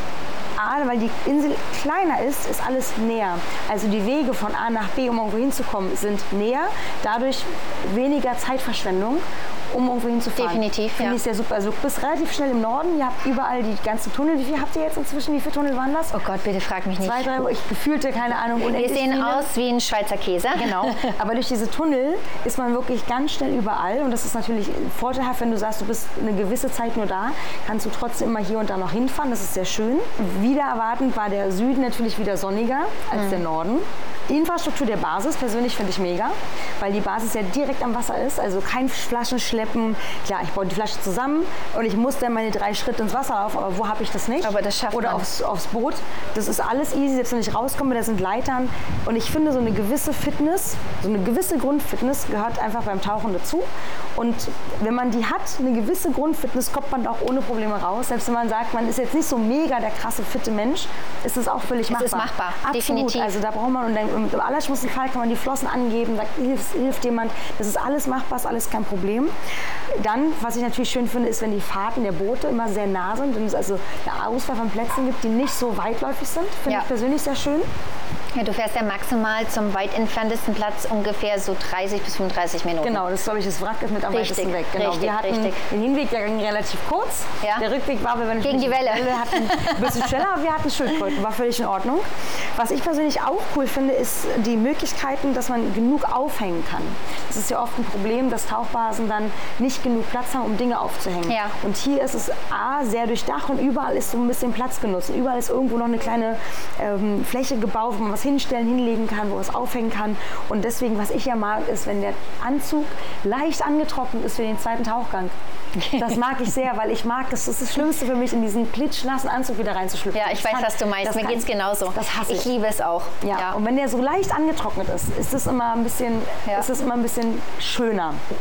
A, weil die Insel kleiner ist, ist alles näher. Also die Wege von A nach B, um irgendwo hinzukommen, sind näher. Dadurch weniger Zeitverschwendung, um irgendwo hinzufahren. Definitiv, Finde ja. ich sehr super. Also du bist relativ schnell im Norden. Ihr habt überall die ganzen Tunnel. Wie viel habt ihr jetzt inzwischen? Wie viele Tunnel waren das? Oh Gott, bitte frag mich nicht. Zwei, drei, ich gefühlte, keine Ahnung. Wir unendlich sehen viele. aus wie ein Schweizer Käse. Genau, aber durch diese Tunnel ist man wirklich ganz schnell überall, und das ist natürlich vorteilhaft, wenn du sagst, du bist eine gewisse Zeit nur da, kannst du trotzdem immer hier und da noch hinfahren, das ist sehr schön. Wieder erwartend war der Süden natürlich wieder sonniger als der Norden. Die Infrastruktur der Basis persönlich finde ich mega, weil die Basis ja direkt am Wasser ist, also kein Flaschen schleppen. Klar, ich baue die Flasche zusammen und ich muss dann meine drei Schritte ins Wasser laufen, aber wo habe ich das nicht? Aber das schafft Oder man. aufs, aufs Boot. Das ist alles easy, selbst wenn ich rauskomme, da sind Leitern. Und ich finde, so eine gewisse Fitness, so eine gewisse Grundfitness gehört einfach beim Tauchen dazu. Und wenn man die hat, eine gewisse Grundfitness, kommt man auch ohne Probleme raus. Selbst wenn man sagt, man ist jetzt nicht so mega der krasse, fitte Mensch, ist es auch völlig machbar. ist machbar, Absolut. definitiv. Also da braucht man, und dann, im allerschlimmsten Fall kann man die Flossen angeben, da hilft, hilft jemand. Das ist alles machbar, ist alles kein Problem. Dann, was ich natürlich schön finde, ist, wenn die Fahrten der Boote immer sehr nah sind, wenn es also eine Auswahl von Plätzen gibt, die nicht so weitläufig sind. Finde Ja. ich persönlich sehr schön. Ja, du fährst ja maximal zum weit entferntesten Platz ungefähr so dreißig bis fünfunddreißig Minuten. Genau, das glaube ich, das Wrack ist mit am Richtig, weitesten weg. Genau. richtig, Wir hatten richtig. den Hinweg, der ging relativ kurz. Ja. Der Rückweg war, wir Gegen die Welle. hatten ein bisschen schneller, aber wir hatten Schildkröten, war völlig in Ordnung. Was ich persönlich auch cool finde, ist die Möglichkeiten, dass man genug aufhängen kann. Das ist ja oft ein Problem, dass Tauchbasen dann nicht genug Platz haben, um Dinge aufzuhängen. Ja. Und hier ist es A, sehr durchdacht, und überall ist so ein bisschen Platz genutzt. Überall ist irgendwo noch eine kleine ähm, Fläche gebaut, wo man was hinstellen, hinlegen kann, wo man was aufhängen kann. Und deswegen, was ich ja mag, ist, wenn der Anzug leicht angetrocknet ist für den zweiten Tauchgang. Das mag ich sehr, weil ich mag das. Das ist das Schlimmste für mich, in diesen klitschnassen Anzug wieder reinzuschlüpfen. Ja, ich Das weiß, kann- was du meinst. das Mir kann- geht es genauso. Das hasse ich. Ich liebe es auch. Ja. Und wenn der so leicht angetrocknet ist, ist es immer ein bisschen, Ja. ist es immer ein bisschen schöner.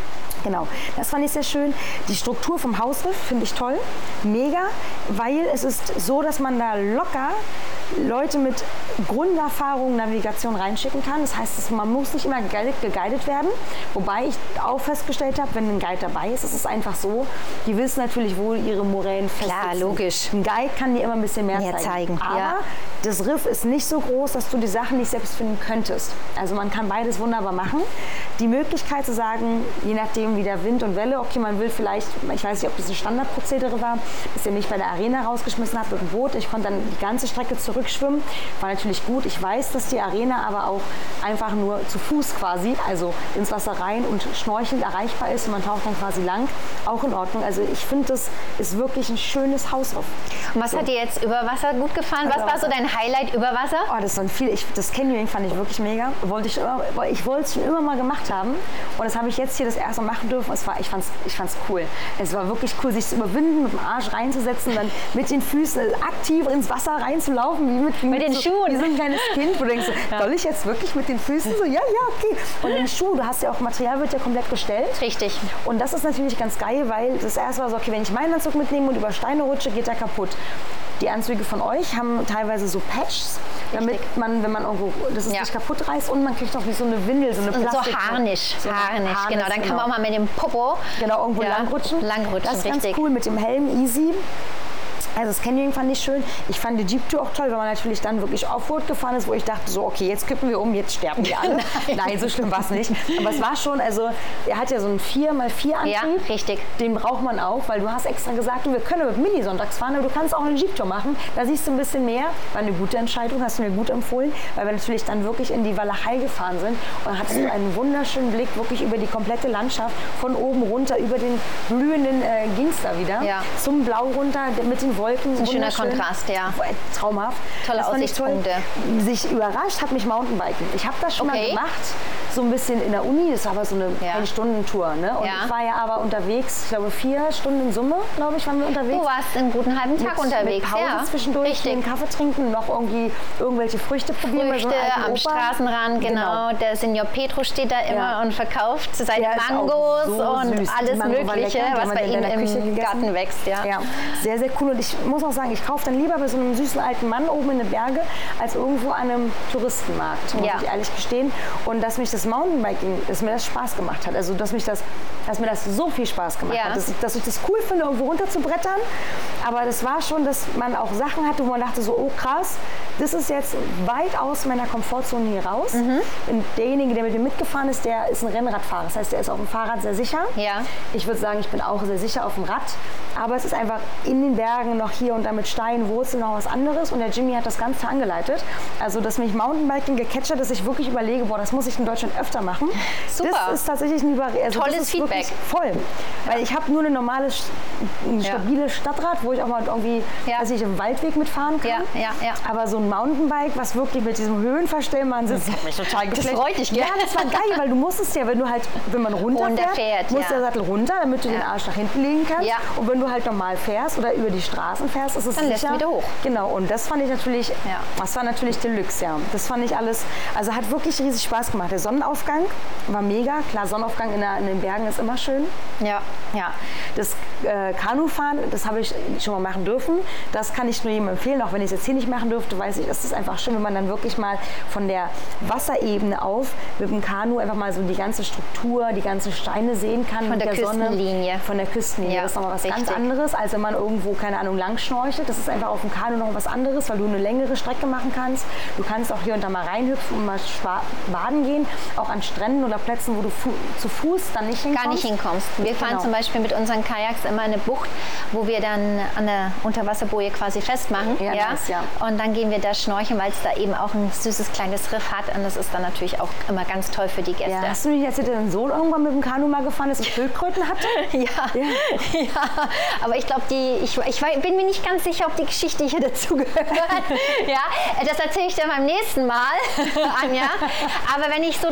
Genau, das fand ich sehr schön. Die Struktur vom Hausriff finde ich toll, mega, weil es ist so, dass man da locker Leute mit Grunderfahrung Navigation reinschicken kann. Das heißt, man muss nicht immer geguidet werden. Wobei ich auch festgestellt habe, wenn ein Guide dabei ist, ist es einfach so, die wissen natürlich, wo ihre Moränen festsitzen. Klar, logisch. Ein Guide kann dir immer ein bisschen mehr, mehr zeigen. zeigen. Aber ja. das Riff ist nicht so groß, dass du die Sachen nicht selbst finden könntest. Also man kann beides wunderbar machen. Die Möglichkeit zu sagen, je nachdem wie der Wind und Welle, okay, man will vielleicht, ich weiß nicht, ob das ein Standardprozedere war, dass ihr mich bei der Arena rausgeschmissen habt mit dem Boot. Ich konnte dann die ganze Strecke zurückschwimmen. War natürlich gut. Ich weiß, dass die Arena aber auch einfach nur zu Fuß quasi, also ins Wasser rein und schnorchelnd erreichbar ist und man taucht dann quasi lang. Auch in Ordnung. Also ich finde, das ist wirklich ein schönes Hausriff. Und was so. hat dir jetzt über Wasser gut gefallen? Was war so dein Highlight über Wasser? Oh, das waren viele. Ich, das Canyoning fand ich wirklich mega. Wollte ich immer, ich wollte es schon immer mal gemacht haben. Und das habe ich jetzt hier das erste Mal machen dürfen. Es war, ich fand es ich fand's cool. Es war wirklich cool, sich zu überwinden, mit dem Arsch reinzusetzen, dann mit den Füßen aktiv ins Wasser reinzulaufen, wie mit, wie mit, mit den so, Schuhen. Wie so ein kleines Kind, wo du denkst, ja. soll ich jetzt wirklich mit den Füßen so, ja, ja, okay. Und den Schuh, du hast ja auch, Material wird ja komplett gestellt. Richtig. Und das ist natürlich ganz geil, weil das erste war so, okay, wenn ich meinen Anzug mitnehme und über Steine rutsche, geht der kaputt. Die Anzüge von euch haben teilweise so Patches, damit man, wenn man irgendwo, das ist ja. nicht kaputt reißt und man kriegt auch wie so eine Windel, so eine Plastik. So Harnisch, so Harnisch, Harnisch, genau. Dann genau. kann man auch mal mit dem Popo genau, irgendwo ja, langrutschen. langrutschen. Das ist richtig. ganz cool mit dem Helm, easy. Also das Canyoning fand ich schön. Ich fand die Jeep-Tour auch toll, weil man natürlich dann wirklich Offroad gefahren ist, wo ich dachte so, okay, jetzt kippen wir um, jetzt sterben wir alle. Nein. Nein, so schlimm war es nicht. Aber es war schon, also er hat ja so einen vier mal vier Antrieb. Ja, richtig. Den braucht man auch, weil du hast extra gesagt, du, wir können mit Mini-Sonntags fahren, aber du kannst auch eine Jeep-Tour machen. Da siehst du ein bisschen mehr. War eine gute Entscheidung, hast du mir gut empfohlen, weil wir natürlich dann wirklich in die Walachei gefahren sind. Und dann hattest du einen wunderschönen Blick wirklich über die komplette Landschaft, von oben runter, über den blühenden äh, ging es da wieder, ja. zum Blau runter, mit den Wolken. Ein schöner Kontrast, ja. Traumhaft. Tolle Aussichtspunkte. Sich überrascht hat mich Mountainbiken. Ich habe das schon okay. mal gemacht, so ein bisschen in der Uni. Das war aber so eine ja. Ein-Stunden-Tour. Ne? Und ja. ich war ja aber unterwegs, ich glaube vier Stunden in Summe, glaube ich, waren wir unterwegs. Du warst einen guten halben Tag mit, unterwegs. Mit Pause ja. zwischendurch, Richtig. den Kaffee trinken, noch irgendwie irgendwelche Früchte probieren. Früchte so am Opa. Straßenrand, genau. genau. Der Senior Petro steht da immer ja. und verkauft seine Der Mangos so und süß. alles Mögliche, lecker, was bei ihm im Garten wächst. Ja. ja, sehr, sehr cool. Und ich muss auch sagen, ich kaufe dann lieber bei so einem süßen alten Mann oben in den Berge, als irgendwo an einem Touristenmarkt, muss ja. ich ehrlich gestehen. Und dass mich das Mountainbiking, dass mir das Spaß gemacht hat. Also, dass, mich das, dass mir das so viel Spaß gemacht ja. hat. Dass, dass ich das cool finde, irgendwo runter zu brettern. Aber das war schon, dass man auch Sachen hatte, wo man dachte so, oh krass, das ist jetzt weit aus meiner Komfortzone hier raus. Mhm. Und derjenige, der mit mir mitgefahren ist, der ist ein Rennradfahrer. Das heißt, der ist auf dem Fahrrad sehr sicher. Ja. Ich würde sagen, ich bin auch sehr sicher auf dem Rad. Aber es ist einfach in den Bergen noch hier und da mit Steinen, Wurzeln noch was anderes. Und der Jimmy hat das Ganze angeleitet. Also, dass mich Mountainbiking gecatcht hat, dass ich wirklich überlege, boah, das muss ich in Deutschland öfter machen. Super. Das ist tatsächlich ein Über also tolles das ist Feedback. Voll. Ja. Weil ich habe nur eine normale, ein ja. stabiles Stadtrad, wo ich auch mal irgendwie, ja. dass ich im Waldweg mitfahren kann. Ja, ja, ja. Aber so ein Mountainbike, was wirklich mit diesem Höhenverstellbaren sitzt, das hat mich total geflasht. Das freut dich, gell? Ja, das war geil, weil du musstest ja, wenn du halt, wenn man runterfährt, runterfährt, muss ja. der Sattel runter, damit du ja. den Arsch nach hinten legen kannst. Ja. Und wenn du halt normal fährst oder über die Straßen fährst, ist es dann sicher. lässt wieder hoch. Genau, und das fand ich natürlich, ja. das war natürlich Deluxe, ja. Das fand ich alles, also hat wirklich riesig Spaß gemacht. Der Sonnenaufgang war mega. Klar, Sonnenaufgang in, der, in den Bergen ist immer schön. Ja, ja. Das äh, Kanufahren, das habe ich schon mal machen dürfen. Das kann ich nur jedem empfehlen, auch wenn ich es jetzt hier nicht machen dürfte, weiß ich, es ist einfach schön, wenn man dann wirklich mal von der Wasserebene auf mit dem Kanu einfach mal so die ganze Struktur, die ganzen Steine sehen kann. Von mit der, der Küstenlinie. Sonne. Von der Küstenlinie. Ja, das ist nochmal was richtig. ganz anderes, als wenn man irgendwo, keine Ahnung, lang schnorchelt. Das ist einfach auf dem Kanu noch was anderes, weil du eine längere Strecke machen kannst. Du kannst auch hier und da mal reinhüpfen und mal baden gehen, auch an Stränden oder Plätzen, wo du fu zu Fuß dann nicht hinkommst. Gar nicht hinkommst. Wir fahren genau. zum Beispiel mit unseren Kajaks immer eine Bucht, wo wir dann an der Unterwasserboje quasi festmachen. Ja, ja? nice, ja. Und dann gehen wir da schnorcheln, weil es da eben auch ein süßes kleines Riff hat. Und das ist dann natürlich auch immer ganz toll für die Gäste. Ja, hast du nicht erzählt, dass dein Sohn irgendwann mit dem Kanu mal gefahren ist und Schildkröten hatte? ja. Ja. ja, aber ich glaube, die, ich, ich bin mir nicht ganz sicher, ob die Geschichte hier dazugehört. ja, das erzähle ich dir beim nächsten Mal, Anja. Aber wenn ich so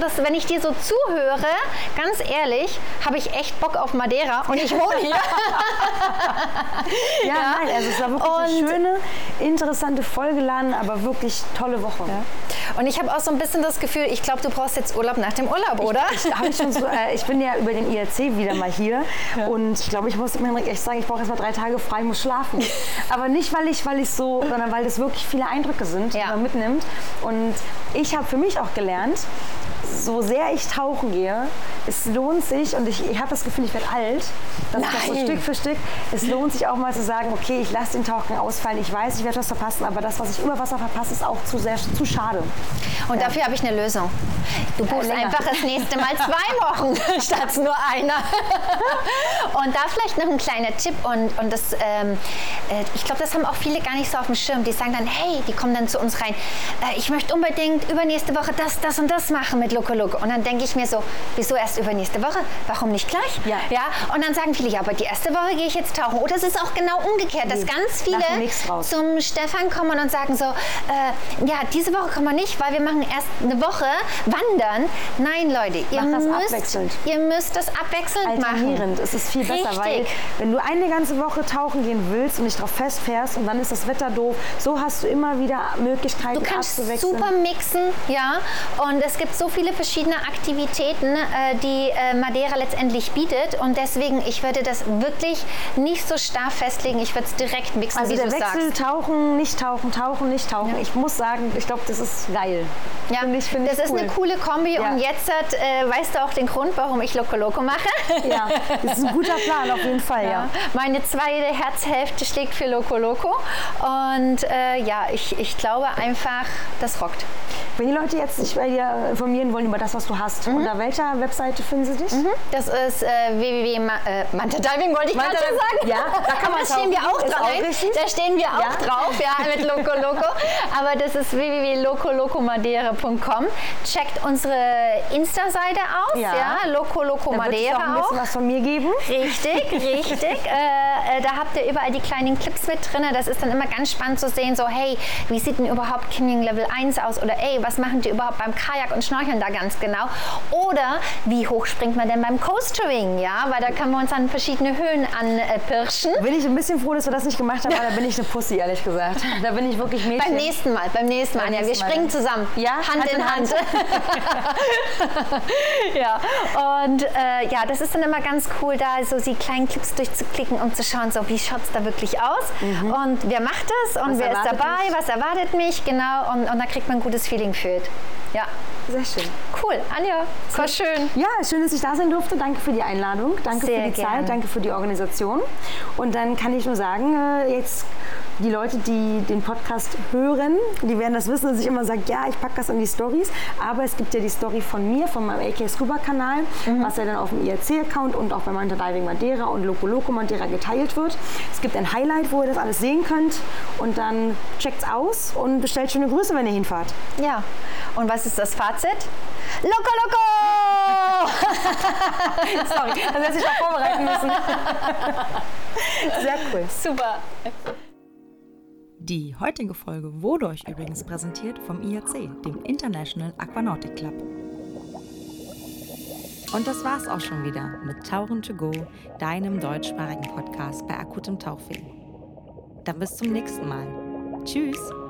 dass wenn ich dir so zuhöre, ganz ehrlich, habe ich echt Bock auf Madeira und ich wohne hier. ja, ja, nein, also es war wirklich und eine schöne, interessante, vollgeladen, aber wirklich tolle Woche. Ja. Und ich habe auch so ein bisschen das Gefühl, ich glaube, du brauchst jetzt Urlaub nach dem Urlaub, oder? Ich, ich, ich, schon so, äh, ich bin ja über den I R C wieder mal hier ja. und ich glaube, ich muss mir echt sagen, ich brauche erst mal drei Tage frei, muss schlafen. Aber nicht, weil ich, weil ich so, sondern weil das wirklich viele Eindrücke sind, ja. die man mitnimmt. Und ich habe für mich auch gelernt, so sehr ich tauchen gehe, es lohnt sich, und ich, ich habe das Gefühl, ich werde alt, dass das so Stück für Stück, es lohnt sich auch mal zu sagen, okay, ich lasse den Tauchen ausfallen, ich weiß, ich werde was verpassen, aber das, was ich über Wasser verpasse, ist auch zu sehr, zu schade. Und ja. dafür habe ich eine Lösung. Du buchst ja, einfach das nächste Mal zwei Wochen statt nur einer. Und da vielleicht noch ein kleiner Tipp, und, und das, ähm, äh, ich glaube, das haben auch viele gar nicht so auf dem Schirm, die sagen dann, hey, die kommen dann zu uns rein, äh, ich möchte unbedingt übernächste Woche das, das und das machen mit Loco Loco. Und dann denke ich mir so, wieso erst übernächste Woche? Warum nicht gleich? Ja. Ja? Und dann sagen viele, ja, aber die erste Woche gehe ich jetzt tauchen. Oder es ist auch genau umgekehrt, dass ganz viele zum Stefan kommen und sagen so, äh, ja, diese Woche kommen wir nicht, weil wir machen erst eine Woche wandern. Nein, Leute, ihr, Mach das müsst, abwechselnd. ihr müsst das abwechselnd Alternierend. machen. Es ist viel besser, Richtig. weil wenn du eine ganze Woche tauchen gehen willst und dich darauf festfährst und dann ist das Wetter doof, so hast du immer wieder Möglichkeiten Du kannst abzuwechseln. super mixen, ja, und es gibt so viele verschiedene Aktivitäten, äh, die äh, Madeira letztendlich bietet, und deswegen, ich würde das wirklich nicht so starr festlegen, ich würde es direkt mixen, also wie der du Wechsel, sagst. tauchen, nicht tauchen, tauchen, nicht tauchen. Ja. Ich muss sagen, ich glaube, das ist geil. Ja, find ich, find das ich ist cool. eine coole Kombi, ja. Und jetzt hat, äh, weißt du auch den Grund, warum ich Loco Loco mache? Ja, das ist ein guter Plan, auf jeden Fall, ja. ja. Meine zweite Herzhälfte schlägt für Loco Loco, und äh, ja, ich, ich glaube einfach, das rockt. Wenn die Leute jetzt sich bei dir informieren wollen über das, was du hast, mhm. unter welcher Webseite finden sie dich? Mhm. Das ist äh, w w w punkt manta diving, wollte ich gerade schon sagen. Ja, da kann man da stehen wir auch drauf. Auch da stehen wir auch ja. drauf, ja, mit Loco Loco. Aber das ist w w w punkt loco loco madeira punkt com. Checkt unsere Insta-Seite aus, ja, ja Loco Loco Madeira auch. Da wird es auch ein bisschen was von mir geben. Richtig, richtig. äh, äh, da habt ihr überall die kleinen Clips mit drin. Das ist dann immer ganz spannend zu sehen, so hey, wie sieht denn überhaupt Canyoning Level eins aus? Oder ey, was machen die überhaupt beim Kajak und Schnorcheln da ganz genau? Oder wie hoch springt man denn beim Coastering? Ja, weil da können wir uns an verschiedene Höhen anpirschen. Bin ich ein bisschen froh, dass wir das nicht gemacht haben, weil da bin ich eine Pussy, ehrlich gesagt. Da bin ich wirklich Mädchen. Beim nächsten Mal, beim nächsten Mal, beim Anja. Nächsten wir springen Mal. Zusammen. Ja, Hand, Hand in Hand. Hand. ja, und äh, ja, das ist dann immer ganz cool, da so die kleinen Clips durchzuklicken, um zu schauen, so wie schaut es da wirklich aus, mhm. und wer macht das und was wer ist dabei, mich? Was erwartet mich, genau, und, und da kriegt man ein gutes Feeling für it. Ja. Sehr schön. Cool, Anja, es war schön. Ja, schön, dass ich da sein durfte. Danke für die Einladung, danke Sehr für die gerne. Zeit, danke für die Organisation. Und dann kann ich nur sagen, jetzt die Leute, die den Podcast hören, die werden das wissen, dass ich immer sage, ja, ich packe das in die Stories. Aber es gibt ja die Story von mir, von meinem A K Scuba-Kanal, mhm. was ja dann auf dem I R C-Account und auch bei Manta Diving Madeira und Loco Loco Madeira geteilt wird. Es gibt ein Highlight, wo ihr das alles sehen könnt. Und dann checkt's aus und bestellt schöne Grüße, wenn ihr hinfahrt. Ja, und was ist das Fazit? Loco Loco! Sorry, das hätte ich noch vorbereiten müssen. Sehr cool. Super. Die heutige Folge wurde euch übrigens präsentiert vom I A C, dem International Aquanautic Club. Und das war's auch schon wieder mit Tauchen to Go, deinem deutschsprachigen Podcast bei akutem Tauchweh. Dann bis zum nächsten Mal. Tschüss!